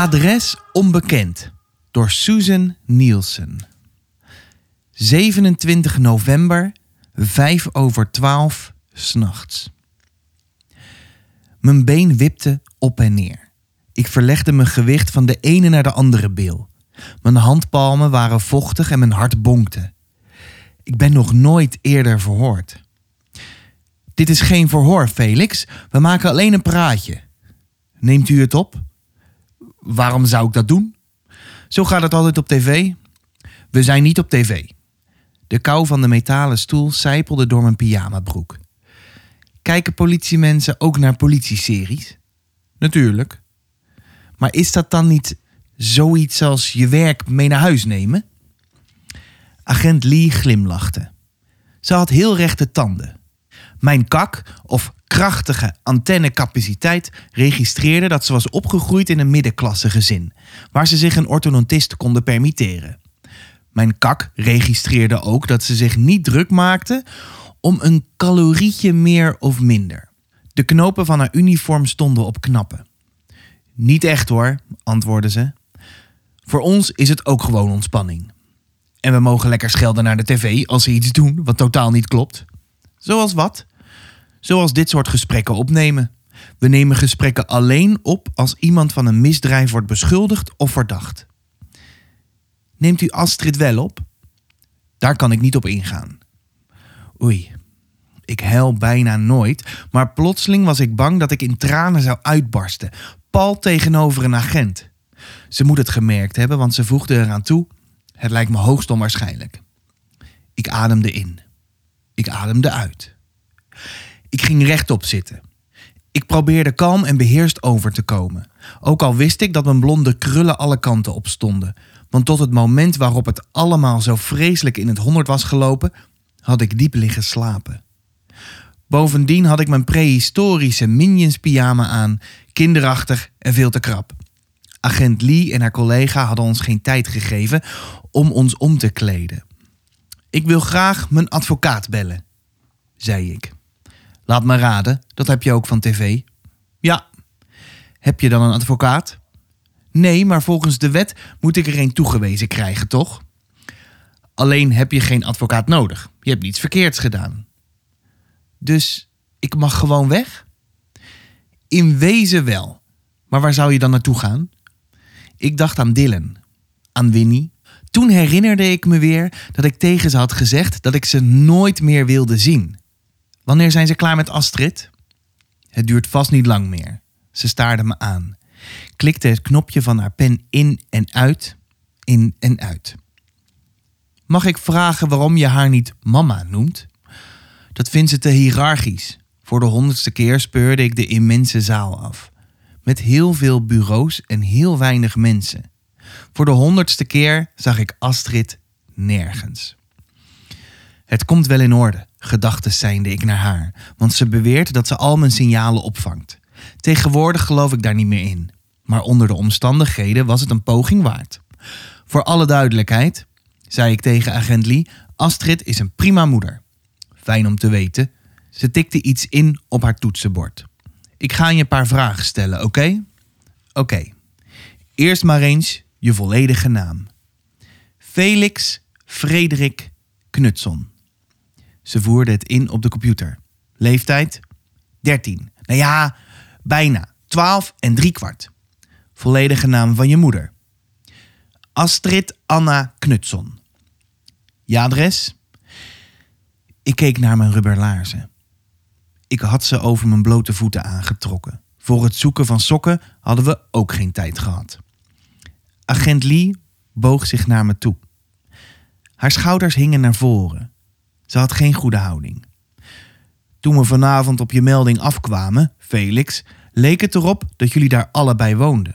Adres onbekend door Susan Nielsen. 27 november, 11:05 s'nachts. Mijn been wipte op en neer. Ik verlegde mijn gewicht van de ene naar de andere bil. Mijn handpalmen waren vochtig en mijn hart bonkte. Ik ben nog nooit eerder verhoord. Dit is geen verhoor, Felix. We maken alleen een praatje. Neemt u het op? Waarom zou ik dat doen? Zo gaat het altijd op tv. We zijn niet op tv. De kou van de metalen stoel sijpelde door mijn pyjamabroek. Kijken politiemensen ook naar politieseries? Natuurlijk. Maar is dat dan niet zoiets als je werk mee naar huis nemen? Agent Lee glimlachte. Ze had heel rechte tanden. Mijn kak, of krachtige antennecapaciteit, registreerde dat ze was opgegroeid in een middenklasse gezin, waar ze zich een orthodontist konden permitteren. Mijn kak registreerde ook dat ze zich niet druk maakte om een calorietje meer of minder. De knopen van haar uniform stonden op knappen. Niet echt hoor, antwoordde ze. Voor ons is het ook gewoon ontspanning. En we mogen lekker schelden naar de tv als ze iets doen wat totaal niet klopt. Zoals wat? Zoals dit soort gesprekken opnemen. We nemen gesprekken alleen op als iemand van een misdrijf wordt beschuldigd of verdacht. Neemt u Astrid wel op? Daar kan ik niet op ingaan. Oei, ik huil bijna nooit, maar plotseling was ik bang dat ik in tranen zou uitbarsten, pal tegenover een agent. Ze moet het gemerkt hebben, want ze voegde eraan toe: het lijkt me hoogst onwaarschijnlijk. Ik ademde in. Ik ademde uit. Ik ging rechtop zitten. Ik probeerde kalm en beheerst over te komen. Ook al wist ik dat mijn blonde krullen alle kanten op stonden. Want tot het moment waarop het allemaal zo vreselijk in het honderd was gelopen, had ik diep liggen slapen. Bovendien had ik mijn prehistorische Minions pyjama aan, kinderachtig en veel te krap. Agent Lee en haar collega hadden ons geen tijd gegeven om ons om te kleden. Ik wil graag mijn advocaat bellen, zei ik. Laat me raden, dat heb je ook van tv. Ja. Heb je dan een advocaat? Nee, maar volgens de wet moet ik er een toegewezen krijgen, toch? Alleen heb je geen advocaat nodig. Je hebt niets verkeerds gedaan. Dus ik mag gewoon weg? In wezen wel. Maar waar zou je dan naartoe gaan? Ik dacht aan Dylan. Aan Winnie. Toen herinnerde ik me weer dat ik tegen ze had gezegd dat ik ze nooit meer wilde zien. Wanneer zijn ze klaar met Astrid? Het duurt vast niet lang meer. Ze staarde me aan. Klikte het knopje van haar pen in en uit. In en uit. Mag ik vragen waarom je haar niet mama noemt? Dat vindt ze te hiërarchisch. Voor de 100ste keer speurde ik de immense zaal af. Met heel veel bureaus en heel weinig mensen. Voor de 100ste keer zag ik Astrid nergens. Het komt wel in orde, gedachtes seinde ik naar haar, want ze beweert dat ze al mijn signalen opvangt. Tegenwoordig geloof ik daar niet meer in. Maar onder de omstandigheden was het een poging waard. Voor alle duidelijkheid, zei ik tegen agent Lee, Astrid is een prima moeder. Fijn om te weten. Ze tikte iets in op haar toetsenbord. Ik ga je een paar vragen stellen, oké? Oké. Eerst maar eens je volledige naam. Felix Frederik Knutson. Ze voerde het in op de computer. Leeftijd? 13. Nou ja, bijna. 12 3/4. Volledige naam van je moeder. Astrid Anna Knutson. Je adres? Ik keek naar mijn rubberlaarzen. Ik had ze over mijn blote voeten aangetrokken. Voor het zoeken van sokken hadden we ook geen tijd gehad. Agent Lee boog zich naar me toe. Haar schouders hingen naar voren. Ze had geen goede houding. Toen we vanavond op je melding afkwamen, Felix, leek het erop dat jullie daar allebei woonden.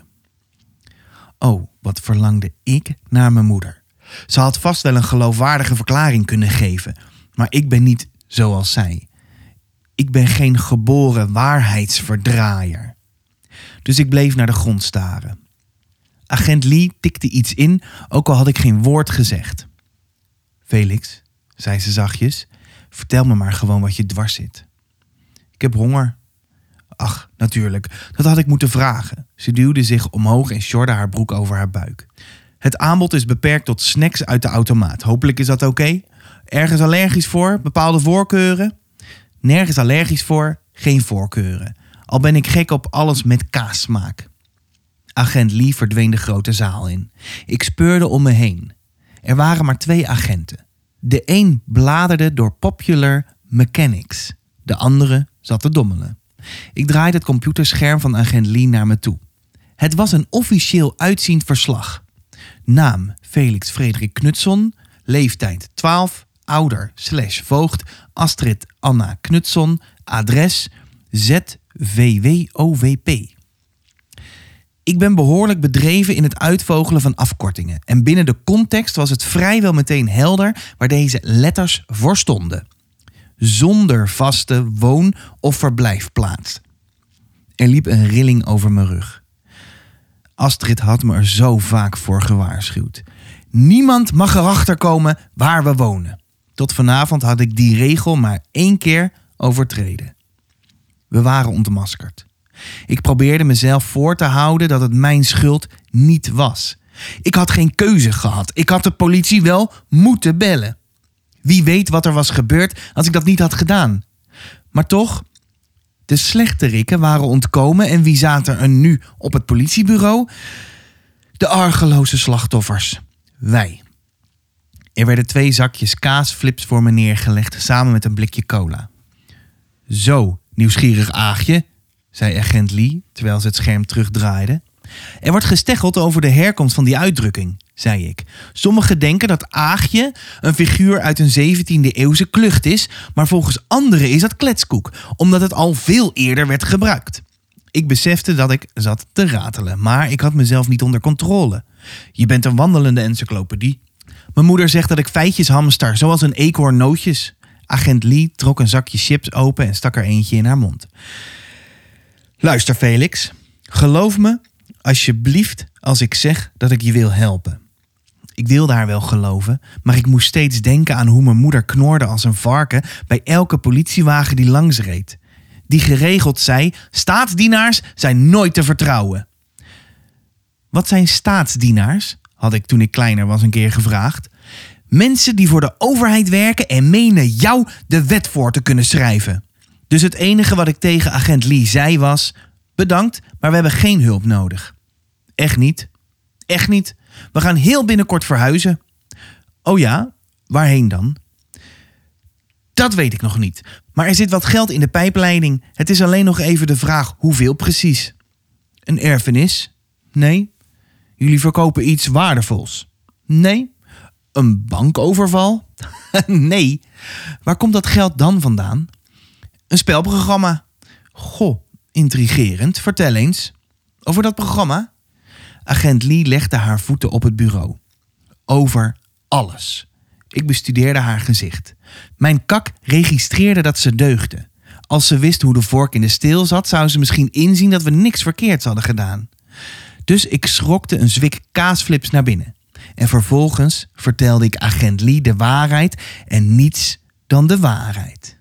Oh, wat verlangde ik naar mijn moeder. Ze had vast wel een geloofwaardige verklaring kunnen geven, maar ik ben niet zoals zij. Ik ben geen geboren waarheidsverdraaier. Dus ik bleef naar de grond staren. Agent Lee tikte iets in, ook al had ik geen woord gezegd. Felix, zei ze zachtjes, vertel me maar gewoon wat je dwars zit. Ik heb honger. Ach, Natuurlijk, dat had ik moeten vragen. Ze duwde zich omhoog en sjorde haar broek over haar buik. Het aanbod is beperkt tot snacks uit de automaat. Hopelijk is dat oké. Ergens allergisch voor? Bepaalde voorkeuren? Nergens allergisch voor, geen voorkeuren. Al ben ik gek op alles met kaassmaak. Agent Lee verdween de grote zaal in. Ik speurde om me heen. Er waren maar 2 agenten. De een bladerde door Popular Mechanics. De andere zat te dommelen. Ik draaide het computerscherm van agent Lee naar me toe. Het was een officieel uitziend verslag. Naam Felix Frederik Knutsson. Leeftijd 12. Ouder/voogd Astrid Anna Knutsson. Adres ZVWOWP. Ik ben behoorlijk bedreven in het uitvogelen van afkortingen. En binnen de context was het vrijwel meteen helder waar deze letters voor stonden. Zonder vaste woon- of verblijfplaats. Er liep een rilling over mijn rug. Astrid had me er zo vaak voor gewaarschuwd. Niemand mag erachter komen waar we wonen. Tot vanavond had ik die regel maar 1 keer overtreden. We waren ontmaskerd. Ik probeerde mezelf voor te houden dat het mijn schuld niet was. Ik had geen keuze gehad. Ik had de politie wel moeten bellen. Wie weet wat er was gebeurd als ik dat niet had gedaan. Maar toch, de slechterikken waren ontkomen en wie zaten er nu op het politiebureau? De argeloze slachtoffers. Wij. Er werden 2 zakjes kaasflips voor me neergelegd samen met een blikje cola. Zo, nieuwsgierig aagje, zei agent Lee terwijl ze het scherm terugdraaide. Er wordt gesteggeld over de herkomst van die uitdrukking, zei ik. Sommigen denken dat aagje een figuur uit een 17e eeuwse klucht is, maar volgens anderen is dat kletskoek, omdat het al veel eerder werd gebruikt. Ik besefte dat ik zat te ratelen, maar ik had mezelf niet onder controle. Je bent een wandelende encyclopedie. Mijn moeder zegt dat ik feitjes hamster, zoals een eekhoorn nootjes. Agent Lee trok een zakje chips open en stak er eentje in haar mond. Luister Felix, geloof me alsjeblieft als ik zeg dat ik je wil helpen. Ik wilde haar wel geloven, maar ik moest steeds denken aan hoe mijn moeder knorde als een varken bij elke politiewagen die langs reed. Die geregeld zei, staatsdienaars zijn nooit te vertrouwen. Wat zijn staatsdienaars? Had ik toen ik kleiner was een keer gevraagd. Mensen die voor de overheid werken en menen jou de wet voor te kunnen schrijven. Dus het enige wat ik tegen agent Lee zei was, bedankt, maar we hebben geen hulp nodig. Echt niet? Echt niet? We gaan heel binnenkort verhuizen. Oh ja? Waarheen dan? Dat weet ik nog niet. Maar er zit wat geld in de pijpleiding. Het is alleen nog even de vraag hoeveel precies. Een erfenis? Nee. Jullie verkopen iets waardevols? Nee. Een bankoverval? Nee. Waar komt dat geld dan vandaan? Een spelprogramma. Goh, intrigerend. Vertel eens. Over dat programma? Agent Lee legde haar voeten op het bureau. Over alles. Ik bestudeerde haar gezicht. Mijn kak registreerde dat ze deugde. Als ze wist hoe de vork in de steel zat, zou ze misschien inzien dat we niks verkeerds hadden gedaan. Dus ik schrokte een zwik kaasflips naar binnen. En vervolgens vertelde ik agent Lee de waarheid en niets dan de waarheid.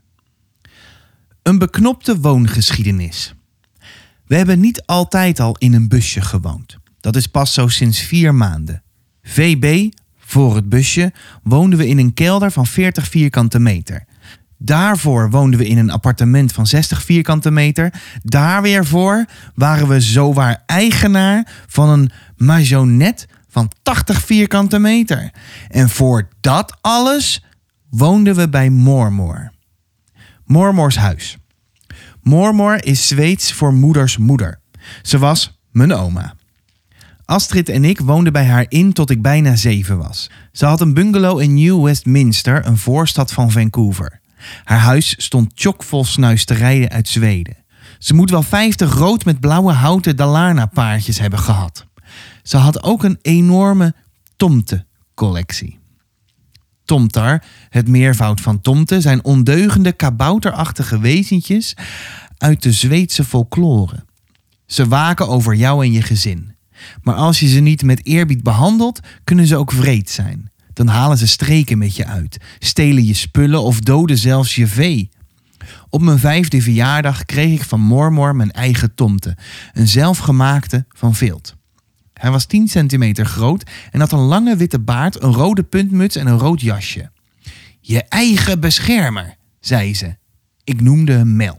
Een beknopte woongeschiedenis. We hebben niet altijd al in een busje gewoond. Dat is pas zo sinds 4 maanden. VB, voor het busje, woonden we in een kelder van 40 vierkante meter. Daarvoor woonden we in een appartement van 60 vierkante meter. Daar weer voor waren we zowaar eigenaar van een maisonette van 80 vierkante meter. En voor dat alles woonden we bij Mormor. Mormors huis. Mormor is Zweeds voor moeders moeder. Ze was mijn oma. Astrid en ik woonden bij haar in tot ik bijna 7 was. Ze had een bungalow in New Westminster, een voorstad van Vancouver. Haar huis stond chockvol snuisterijen uit Zweden. Ze moet wel 50 rood met blauwe houten Dalarna paardjes hebben gehad. Ze had ook een enorme tomtecollectie. Tomtar, het meervoud van tomte, zijn ondeugende kabouterachtige wezentjes uit de Zweedse folklore. Ze waken over jou en je gezin. Maar als je ze niet met eerbied behandelt, kunnen ze ook wreed zijn. Dan halen ze streken met je uit, stelen je spullen of doden zelfs je vee. Op mijn 5e verjaardag kreeg ik van Mormor mijn eigen tomte, een zelfgemaakte van vilt. Hij was 10 centimeter groot en had een lange witte baard, een rode puntmuts en een rood jasje. Je eigen beschermer, zei ze. Ik noemde hem Mel.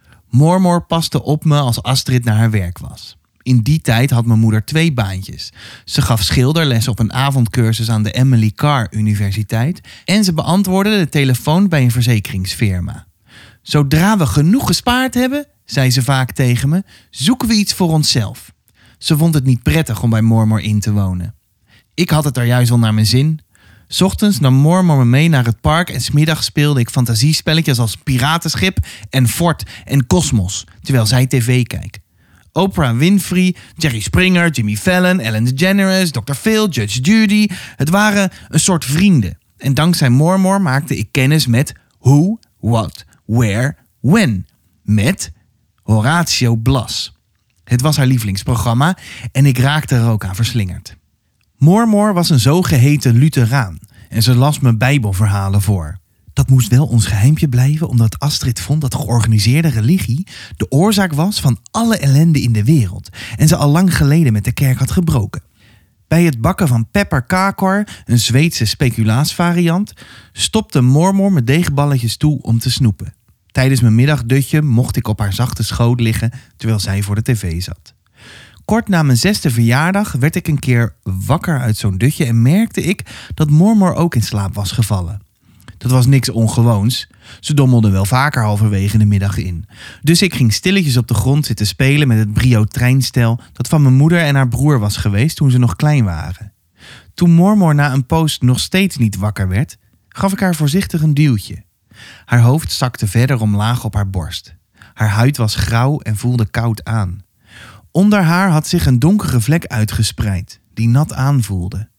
Mormor paste op me als Astrid naar haar werk was. In die tijd had mijn moeder 2 baantjes. Ze gaf schilderles op een avondcursus aan de Emily Carr Universiteit en ze beantwoordde de telefoon bij een verzekeringsfirma. Zodra we genoeg gespaard hebben, zei ze vaak tegen me, zoeken we iets voor onszelf. Ze vond het niet prettig om bij Mormor in te wonen. Ik had het er juist wel naar mijn zin. 's Ochtends nam Mormor me mee naar het park en 's middags speelde ik fantasiespelletjes als Piratenschip en Fort en Cosmos, terwijl zij tv keek. Oprah Winfrey, Jerry Springer, Jimmy Fallon, Ellen DeGeneres, Dr. Phil, Judge Judy. Het waren een soort vrienden. En dankzij Mormor maakte ik kennis met Who, What, Where, When. Met Horatio Blas. Het was haar lievelingsprogramma en ik raakte er ook aan verslingerd. Mormor was een zogeheten Lutheraan en ze las me Bijbelverhalen voor. Dat moest wel ons geheimpje blijven omdat Astrid vond dat georganiseerde religie de oorzaak was van alle ellende in de wereld en ze al lang geleden met de kerk had gebroken. Bij het bakken van pepperkakor, een Zweedse speculaasvariant, stopte Mormor me deegballetjes toe om te snoepen. Tijdens mijn middagdutje mocht ik op haar zachte schoot liggen terwijl zij voor de tv zat. Kort na mijn 6e verjaardag werd ik een keer wakker uit zo'n dutje en merkte ik dat Mormor ook in slaap was gevallen. Dat was niks ongewoons. Ze dommelde wel vaker halverwege de middag in. Dus ik ging stilletjes op de grond zitten spelen met het brio-treinstel dat van mijn moeder en haar broer was geweest toen ze nog klein waren. Toen Mormor na een poos nog steeds niet wakker werd, gaf ik haar voorzichtig een duwtje. Haar hoofd zakte verder omlaag op haar borst. Haar huid was grauw en voelde koud aan. Onder haar had zich een donkere vlek uitgespreid, die nat aanvoelde.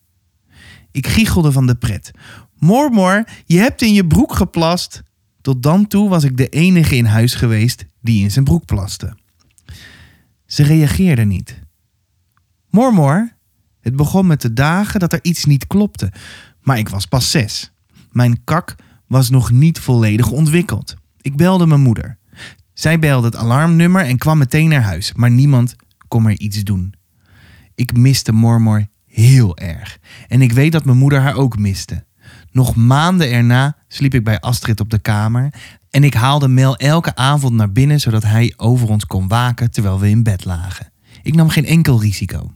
Ik giechelde van de pret. Mormor, je hebt in je broek geplast. Tot dan toe was ik de enige in huis geweest die in zijn broek plaste. Ze reageerde niet. Mormor, het begon me te dagen dat er iets niet klopte, maar ik was pas 6. Mijn kak was nog niet volledig ontwikkeld. Ik belde mijn moeder. Zij belde het alarmnummer en kwam meteen naar huis, maar niemand kon er iets doen. Ik miste Mormor heel erg en ik weet dat mijn moeder haar ook miste. Nog maanden erna sliep ik bij Astrid op de kamer en ik haalde Mel elke avond naar binnen zodat hij over ons kon waken terwijl we in bed lagen. Ik nam geen enkel risico.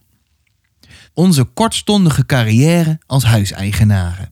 Onze kortstondige carrière als huiseigenaren.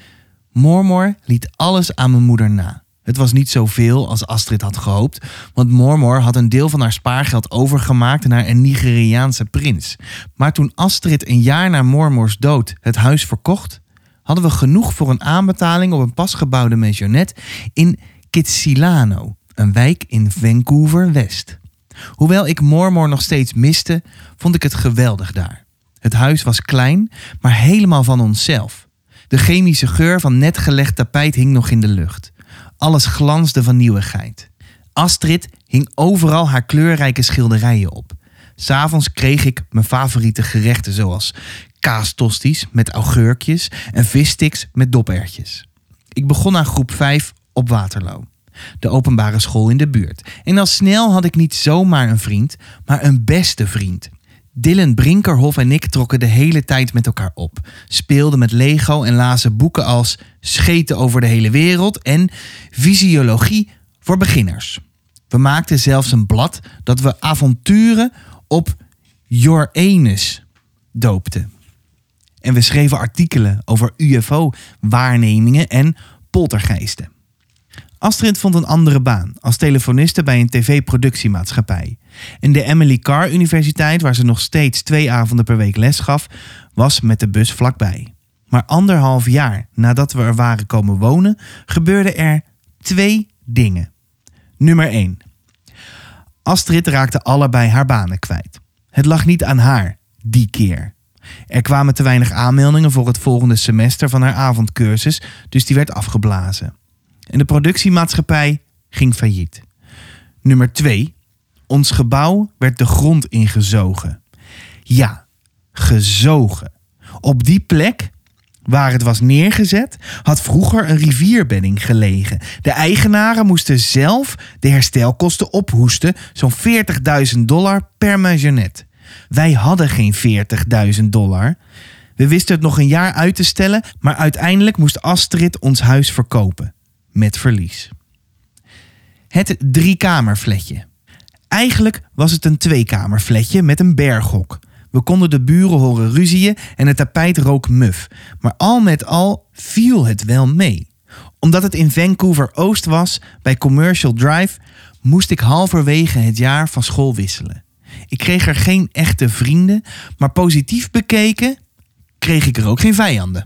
Mormor liet alles aan mijn moeder na. Het was niet zoveel als Astrid had gehoopt, want Mormor had een deel van haar spaargeld overgemaakt naar een Nigeriaanse prins. Maar toen Astrid een jaar na Mormors dood het huis verkocht, hadden we genoeg voor een aanbetaling op een pasgebouwde maisonette in Kitsilano, een wijk in Vancouver-West. Hoewel ik Mormor nog steeds miste, vond ik het geweldig daar. Het huis was klein, maar helemaal van onszelf. De chemische geur van net gelegd tapijt hing nog in de lucht. Alles glansde van nieuwigheid. Astrid hing overal haar kleurrijke schilderijen op. 's Avonds kreeg ik mijn favoriete gerechten zoals kaastosties met augurkjes en vissticks met doperwtjes. Ik begon aan groep 5 op Waterloo, de openbare school in de buurt. En al snel had ik niet zomaar een vriend, maar een beste vriend. Dylan Brinkerhoff en ik trokken de hele tijd met elkaar op, speelden met Lego en lazen boeken als Scheten over de hele wereld en Fysiologie voor beginners. We maakten zelfs een blad dat we avonturen op Uranus doopten. En we schreven artikelen over UFO-waarnemingen en poltergeesten. Astrid vond een andere baan als telefoniste bij een tv-productiemaatschappij. En de Emily Carr Universiteit, waar ze nog steeds 2 avonden per week les gaf, was met de bus vlakbij. Maar 1,5 jaar nadat we er waren komen wonen, gebeurden er 2 dingen. Nummer 1. Astrid raakte allebei haar banen kwijt. Het lag niet aan haar, die keer. Er kwamen te weinig aanmeldingen voor het volgende semester van haar avondcursus, dus die werd afgeblazen. En de productiemaatschappij ging failliet. Nummer 2. Ons gebouw werd de grond ingezogen. Ja, gezogen. Op die plek Waar het was neergezet, had vroeger een rivierbedding gelegen. De eigenaren moesten zelf de herstelkosten ophoesten, zo'n $40.000 per maisonette. Wij hadden geen $40.000. We wisten het nog een jaar uit te stellen, maar uiteindelijk moest Astrid ons huis verkopen. Met verlies. Het 3-kamerflatje. Eigenlijk was het een 2-kamerflatje met een berghok. We konden de buren horen ruzieën en het tapijt rook muf. Maar al met al viel het wel mee. Omdat het in Vancouver Oost was, bij Commercial Drive, moest ik halverwege het jaar van school wisselen. Ik kreeg er geen echte vrienden, maar positief bekeken kreeg ik er ook geen vijanden.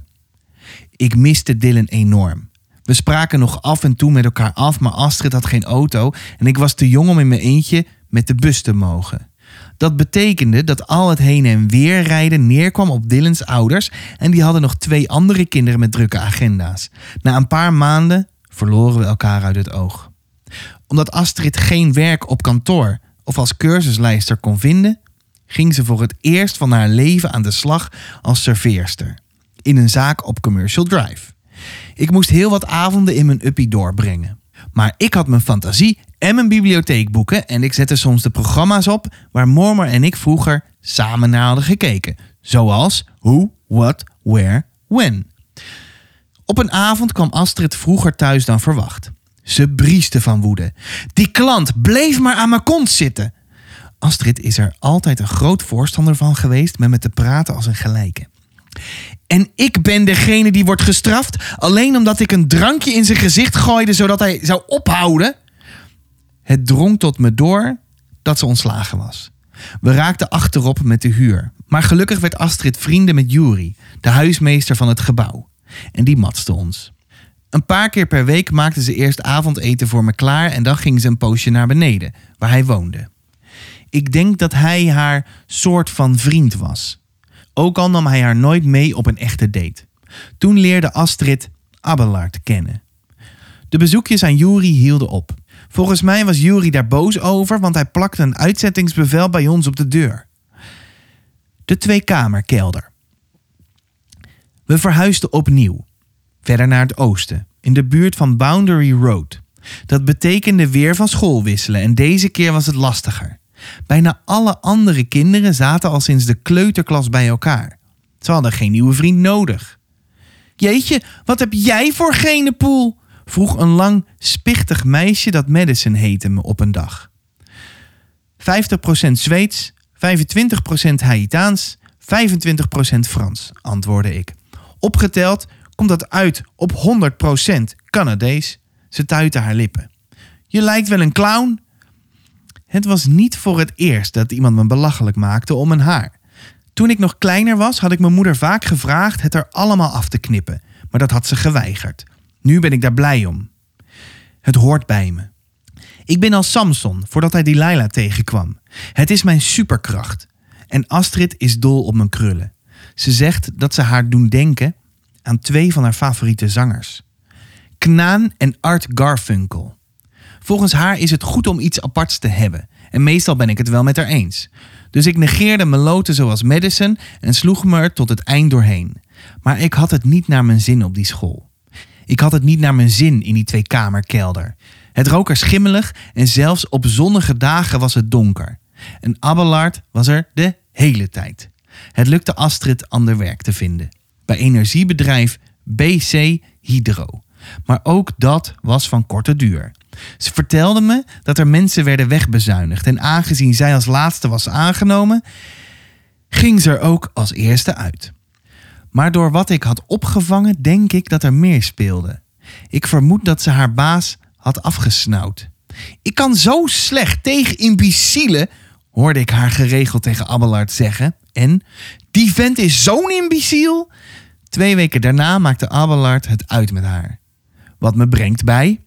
Ik miste Dylan enorm. We spraken nog af en toe met elkaar af, maar Astrid had geen auto en ik was te jong om in mijn eentje met de bus te mogen. Dat betekende dat al het heen en weer rijden neerkwam op Dylans ouders en die hadden nog 2 andere kinderen met drukke agenda's. Na een paar maanden verloren we elkaar uit het oog. Omdat Astrid geen werk op kantoor of als cursuslijster kon vinden, ging ze voor het eerst van haar leven aan de slag als serveerster. In een zaak op Commercial Drive. Ik moest heel wat avonden in mijn uppie doorbrengen. Maar ik had mijn fantasie en mijn bibliotheekboeken en ik zette soms de programma's op waar Mormer en ik vroeger samen naar hadden gekeken. Zoals Who, What, Where, When. Op een avond kwam Astrid vroeger thuis dan verwacht. Ze brieste van woede. Die klant bleef maar aan mijn kont zitten. Astrid is er altijd een groot voorstander van geweest met me te praten als een gelijke. En ik ben degene die wordt gestraft alleen omdat ik een drankje in zijn gezicht gooide zodat hij zou ophouden. Het drong tot me door dat ze ontslagen was. We raakten achterop met de huur. Maar gelukkig werd Astrid vrienden met Juri, de huismeester van het gebouw. En die matste ons. Een paar keer per week maakte ze eerst avondeten voor me klaar en dan ging ze een poosje naar beneden, waar hij woonde. Ik denk dat hij haar soort van vriend was. Ook al nam hij haar nooit mee op een echte date. Toen leerde Astrid Abelard kennen. De bezoekjes aan Juri hielden op. Volgens mij was Juri daar boos over, want hij plakte een uitzettingsbevel bij ons op de deur. De 2-kamerkelder. We verhuisden opnieuw. Verder naar het oosten, in de buurt van Boundary Road. Dat betekende weer van school wisselen en deze keer was het lastiger. Bijna alle andere kinderen zaten al sinds de kleuterklas bij elkaar. Ze hadden geen nieuwe vriend nodig. Jeetje, wat heb jij voor gene poel? Vroeg een lang, spichtig meisje dat Madison heette me op een dag. 50% Zweeds, 25% Haïtaans, 25% Frans, antwoordde ik. Opgeteld komt dat uit op 100% Canadees. Ze tuitte haar lippen. Je lijkt wel een clown. Het was niet voor het eerst dat iemand me belachelijk maakte om mijn haar. Toen ik nog kleiner was, had ik mijn moeder vaak gevraagd het er allemaal af te knippen. Maar dat had ze geweigerd. Nu ben ik daar blij om. Het hoort bij me. Ik ben als Samson, voordat hij Delilah tegenkwam. Het is mijn superkracht. En Astrid is dol op mijn krullen. Ze zegt dat ze haar doen denken aan 2 van haar favoriete zangers. Knaan en Art Garfunkel. Volgens haar is het goed om iets aparts te hebben. En meestal ben ik het wel met haar eens. Dus ik negeerde meloten zoals Madison en sloeg me er tot het eind doorheen. Maar ik had het niet naar mijn zin op die school. Ik had het niet naar mijn zin in die 2-kamerkelder. Het rook er schimmelig en zelfs op zonnige dagen was het donker. En Abelard was er de hele tijd. Het lukte Astrid ander werk te vinden. Bij energiebedrijf BC Hydro. Maar ook dat was van korte duur. Ze vertelde me dat er mensen werden wegbezuinigd en aangezien zij als laatste was aangenomen, ging ze er ook als eerste uit. Maar door wat ik had opgevangen, denk ik dat er meer speelde. Ik vermoed dat ze haar baas had afgesnauwd. Ik kan zo slecht tegen imbecielen, hoorde ik haar geregeld tegen Abelard zeggen. En, die vent is zo'n imbeciel. 2 weken daarna maakte Abelard het uit met haar. Wat me brengt bij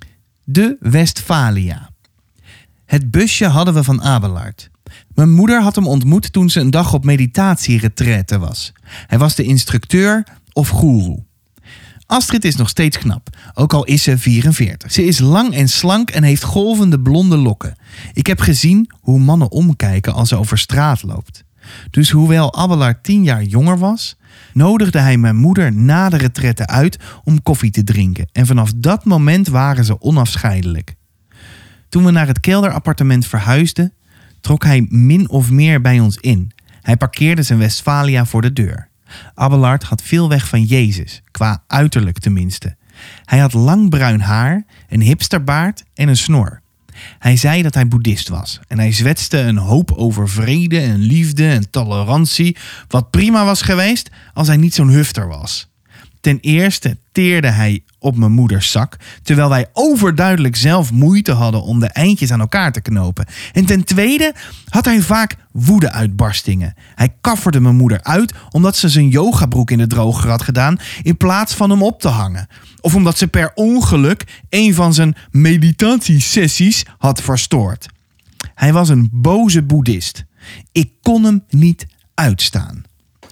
de Westfalia. Het busje hadden we van Abelard. Mijn moeder had hem ontmoet toen ze een dag op meditatieretraite was. Hij was de instructeur of goeroe. Astrid is nog steeds knap, ook al is ze 44. Ze is lang en slank en heeft golvende blonde lokken. Ik heb gezien hoe mannen omkijken als ze over straat loopt. Dus hoewel Abelard 10 jaar jonger was, nodigde hij mijn moeder na de retraite uit om koffie te drinken. En vanaf dat moment waren ze onafscheidelijk. Toen we naar het kelderappartement verhuisden, trok hij min of meer bij ons in. Hij parkeerde zijn Westfalia voor de deur. Abelard had veel weg van Jezus, qua uiterlijk tenminste. Hij had lang bruin haar, een hipsterbaard en een snor. Hij zei dat hij boeddhist was en hij zwetste een hoop over vrede en liefde en tolerantie, wat prima was geweest als hij niet zo'n hufter was. Ten eerste teerde hij op mijn moeders zak, terwijl wij overduidelijk zelf moeite hadden om de eindjes aan elkaar te knopen. En ten tweede had hij vaak woedeuitbarstingen. Hij kafferde mijn moeder uit omdat ze zijn yogabroek in de droger had gedaan in plaats van hem op te hangen. Of omdat ze per ongeluk een van zijn meditatiesessies had verstoord. Hij was een boze boeddhist. Ik kon hem niet uitstaan.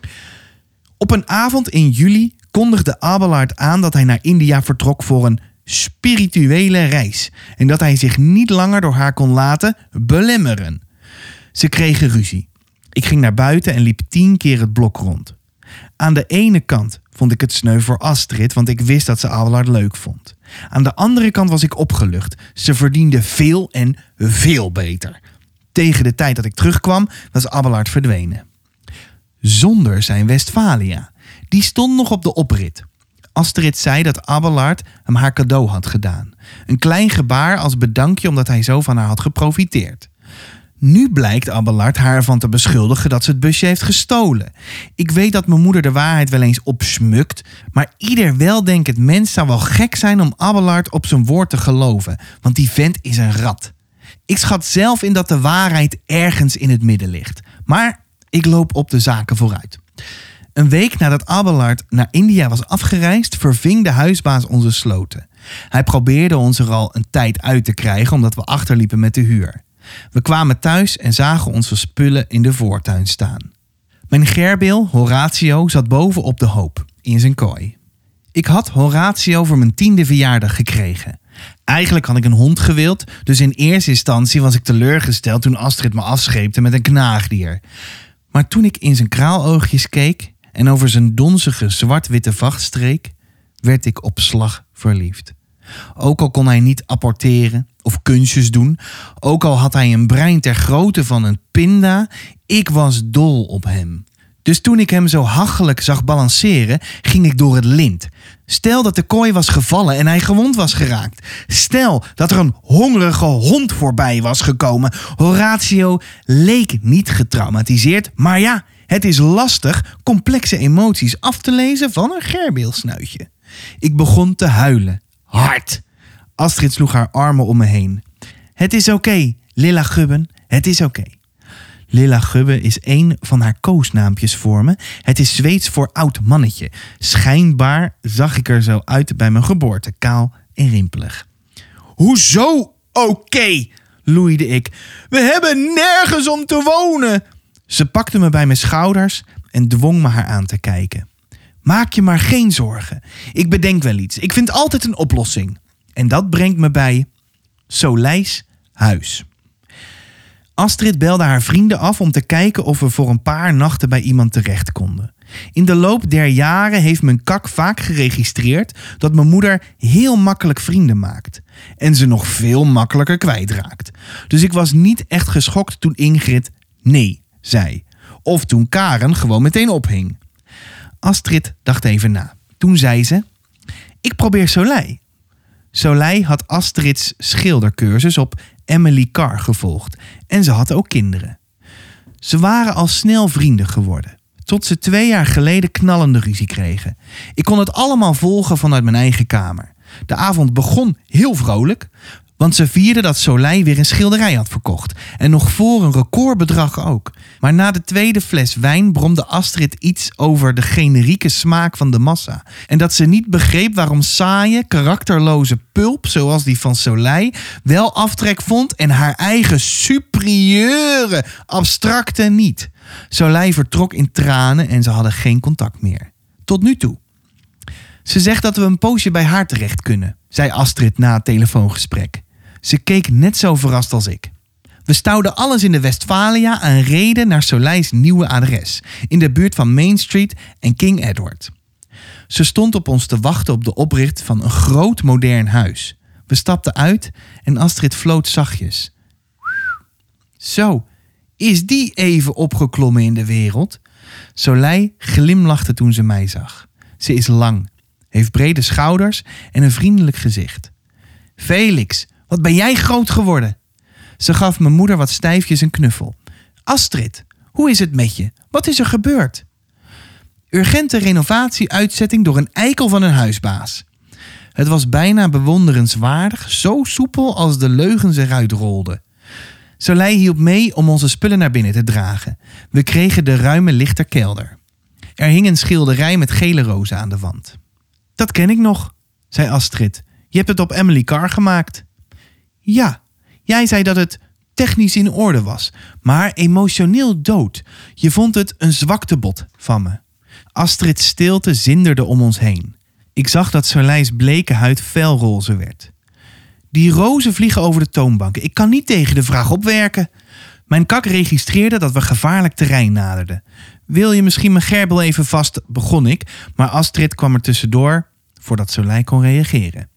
Op een avond in juli kondigde Abelard aan dat hij naar India vertrok voor een spirituele reis en dat hij zich niet langer door haar kon laten belemmeren. Ze kregen ruzie. Ik ging naar buiten en liep 10 keer het blok rond. Aan de ene kant vond ik het sneu voor Astrid, want ik wist dat ze Abelard leuk vond. Aan de andere kant was ik opgelucht. Ze verdiende veel en veel beter. Tegen de tijd dat ik terugkwam was Abelard verdwenen. Zonder zijn Westfalia. Die stond nog op de oprit. Astrid zei dat Abelard hem haar cadeau had gedaan. Een klein gebaar als bedankje omdat hij zo van haar had geprofiteerd. Nu blijkt Abelard haar ervan te beschuldigen dat ze het busje heeft gestolen. Ik weet dat mijn moeder de waarheid wel eens opsmukt, maar ieder weldenkend mens zou wel gek zijn om Abelard op zijn woord te geloven, want die vent is een rat. Ik schat zelf in dat de waarheid ergens in het midden ligt, maar ik loop op de zaken vooruit. Een week nadat Abelard naar India was afgereisd, verving de huisbaas onze sloten. Hij probeerde ons er al een tijd uit te krijgen omdat we achterliepen met de huur. We kwamen thuis en zagen onze spullen in de voortuin staan. Mijn gerbil, Horatio, zat boven op de hoop, in zijn kooi. Ik had Horatio voor mijn 10e verjaardag gekregen. Eigenlijk had ik een hond gewild, dus in eerste instantie was ik teleurgesteld toen Astrid me afscheepte met een knaagdier. Maar toen ik in zijn kraaloogjes keek en over zijn donzige zwart-witte vacht streek, werd ik op slag verliefd. Ook al kon hij niet apporteren of kunstjes doen, ook al had hij een brein ter grootte van een pinda, ik was dol op hem. Dus toen ik hem zo hachelijk zag balanceren, ging ik door het lint. Stel dat de kooi was gevallen en hij gewond was geraakt. Stel dat er een hongerige hond voorbij was gekomen. Horatio leek niet getraumatiseerd, maar ja, het is lastig complexe emoties af te lezen van een gerbeelsnuitje. Ik begon te huilen. Hard. Astrid sloeg haar armen om me heen. Het is oké, Lilla Gubben, het is oké. Lilla Gubbe is één van haar koosnaampjes voor me. Het is Zweeds voor oud mannetje. Schijnbaar zag ik er zo uit bij mijn geboorte, kaal en rimpelig. Hoezo oké? Loeide ik. We hebben nergens om te wonen. Ze pakte me bij mijn schouders en dwong me haar aan te kijken. Maak je maar geen zorgen. Ik bedenk wel iets. Ik vind altijd een oplossing. En dat brengt me bij Soleil's huis. Astrid belde haar vrienden af om te kijken of we voor een paar nachten bij iemand terecht konden. In de loop der jaren heeft mijn kak vaak geregistreerd dat mijn moeder heel makkelijk vrienden maakt. En ze nog veel makkelijker kwijtraakt. Dus ik was niet echt geschokt toen Ingrid nee zei. Of toen Karen gewoon meteen ophing. Astrid dacht even na. Toen zei ze: ik probeer Soleil. Soleil had Astrids schildercursus op Emily Carr gevolgd en ze had ook kinderen. Ze waren al snel vrienden geworden, tot ze 2 jaar geleden knallende ruzie kregen. Ik kon het allemaal volgen vanuit mijn eigen kamer. De avond begon heel vrolijk, want ze vierden dat Soleil weer een schilderij had verkocht. En nog voor een recordbedrag ook. Maar na de 2e fles wijn bromde Astrid iets over de generieke smaak van de massa. En dat ze niet begreep waarom saaie, karakterloze pulp, zoals die van Soleil, wel aftrek vond en haar eigen superieure, abstracte niet. Soleil vertrok in tranen en ze hadden geen contact meer. Tot nu toe. Ze zegt dat we een poosje bij haar terecht kunnen, zei Astrid na het telefoongesprek. Ze keek net zo verrast als ik. We stouwden alles in de Westfalia en reden naar Soleil's nieuwe adres, in de buurt van Main Street en King Edward. Ze stond op ons te wachten op de oprit van een groot modern huis. We stapten uit en Astrid floot zachtjes. Zo, is die even opgeklommen in de wereld? Soleil glimlachte toen ze mij zag. Ze is lang, heeft brede schouders en een vriendelijk gezicht. Felix, wat ben jij groot geworden? Ze gaf mijn moeder wat stijfjes een knuffel. Astrid, hoe is het met je? Wat is er gebeurd? Urgente renovatie-uitzetting door een eikel van een huisbaas. Het was bijna bewonderenswaardig, zo soepel als de leugens eruit rolden. Soleil hielp mee om onze spullen naar binnen te dragen. We kregen de ruime lichter kelder. Er hing een schilderij met gele rozen aan de wand. Dat ken ik nog, zei Astrid. Je hebt het op Emily Carr gemaakt. Ja, jij zei dat het technisch in orde was, maar emotioneel dood. Je vond het een zwaktebod van me. Astrid's stilte zinderde om ons heen. Ik zag dat Soleil's bleke huid felroze werd. Die rozen vliegen over de toonbanken. Ik kan niet tegen de vraag opwerken. Mijn kak registreerde dat we gevaarlijk terrein naderden. Wil je misschien mijn gerbel even vast, begon ik, maar Astrid kwam er tussendoor voordat Soleil kon reageren.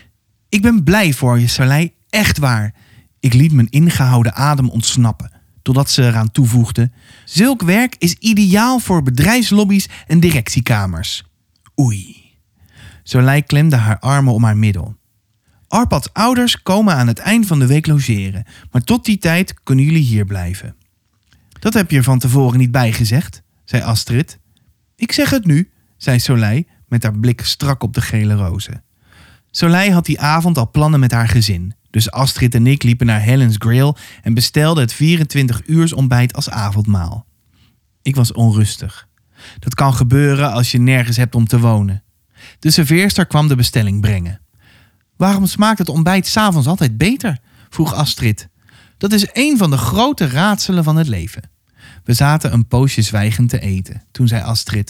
Ik ben blij voor je, Soleil, echt waar. Ik liet mijn ingehouden adem ontsnappen, totdat ze eraan toevoegde. Zulk werk is ideaal voor bedrijfslobby's en directiekamers. Oei. Soleil klemde haar armen om haar middel. Arpad's ouders komen aan het eind van de week logeren, maar tot die tijd kunnen jullie hier blijven. Dat heb je er van tevoren niet bij gezegd, zei Astrid. Ik zeg het nu, zei Soleil met haar blik strak op de gele rozen. Soleil had die avond al plannen met haar gezin, dus Astrid en ik liepen naar Helen's Grill en bestelden het 24-uurs ontbijt als avondmaal. Ik was onrustig. Dat kan gebeuren als je nergens hebt om te wonen. De serveerster kwam de bestelling brengen. Waarom smaakt het ontbijt 's avonds altijd beter? Vroeg Astrid. Dat is een van de grote raadselen van het leven. We zaten een poosje zwijgend te eten. Toen zei Astrid: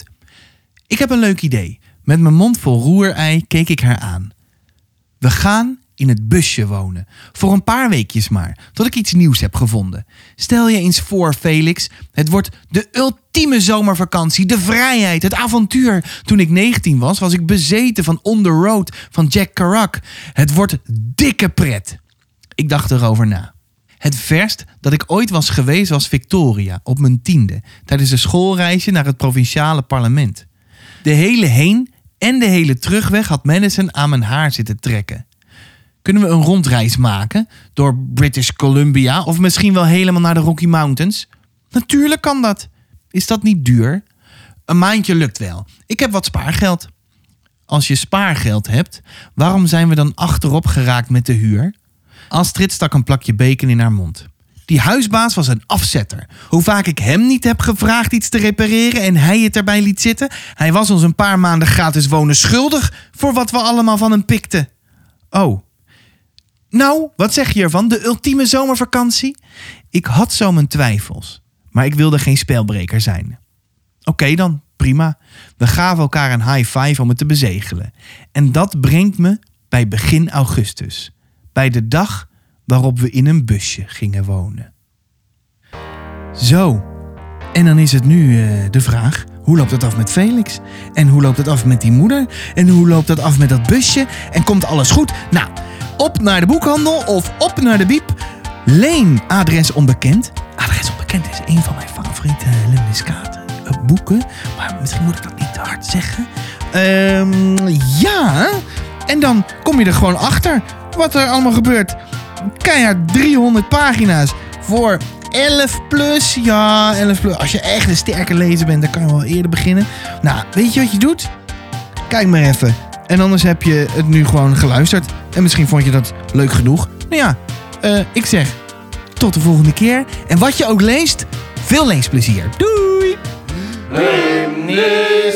ik heb een leuk idee. Met mijn mond vol roerei keek ik haar aan. We gaan in het busje wonen. Voor een paar weekjes maar, tot ik iets nieuws heb gevonden. Stel je eens voor, Felix. Het wordt de ultieme zomervakantie, de vrijheid, het avontuur. Toen ik 19 was ik bezeten van On the Road van Jack Kerouac. Het wordt dikke pret. Ik dacht erover na. Het verst dat ik ooit was geweest was Victoria, op mijn 10e, tijdens een schoolreisje naar het provinciale parlement. De hele heen- en de hele terugweg had Madison aan mijn haar zitten trekken. Kunnen we een rondreis maken door British Columbia of misschien wel helemaal naar de Rocky Mountains? Natuurlijk kan dat. Is dat niet duur? Een maandje lukt wel. Ik heb wat spaargeld. Als je spaargeld hebt, waarom zijn we dan achterop geraakt met de huur? Astrid stak een plakje bacon in haar mond. Die huisbaas was een afzetter. Hoe vaak ik hem niet heb gevraagd iets te repareren en hij het erbij liet zitten. Hij was ons een paar maanden gratis wonen schuldig voor wat we allemaal van hem pikten. Oh. Nou, wat zeg je ervan? De ultieme zomervakantie? Ik had zo mijn twijfels, maar ik wilde geen spelbreker zijn. Oké dan, prima. We gaven elkaar een high five om het te bezegelen. En dat brengt me bij begin augustus. Bij de dag waarop we in een busje gingen wonen. Zo, en dan is het nu de vraag: hoe loopt het af met Felix? En hoe loopt het af met die moeder? En hoe loopt het af met dat busje? En komt alles goed? Nou, op naar de boekhandel of op naar de biep. Leen Adres Onbekend. Adres Onbekend is een van mijn favoriete Lemnis Kaat boeken. Maar misschien moet ik dat niet te hard zeggen. Ja, en dan kom je er gewoon achter wat er allemaal gebeurt. Keihard 300 pagina's voor 11+. Ja, 11+. Als je echt een sterke lezer bent, dan kan je wel eerder beginnen. Nou, weet je wat je doet? Kijk maar even. En anders heb je het nu gewoon geluisterd. En misschien vond je dat leuk genoeg. Nou ja, ik zeg tot de volgende keer. En wat je ook leest, veel leesplezier. Doei!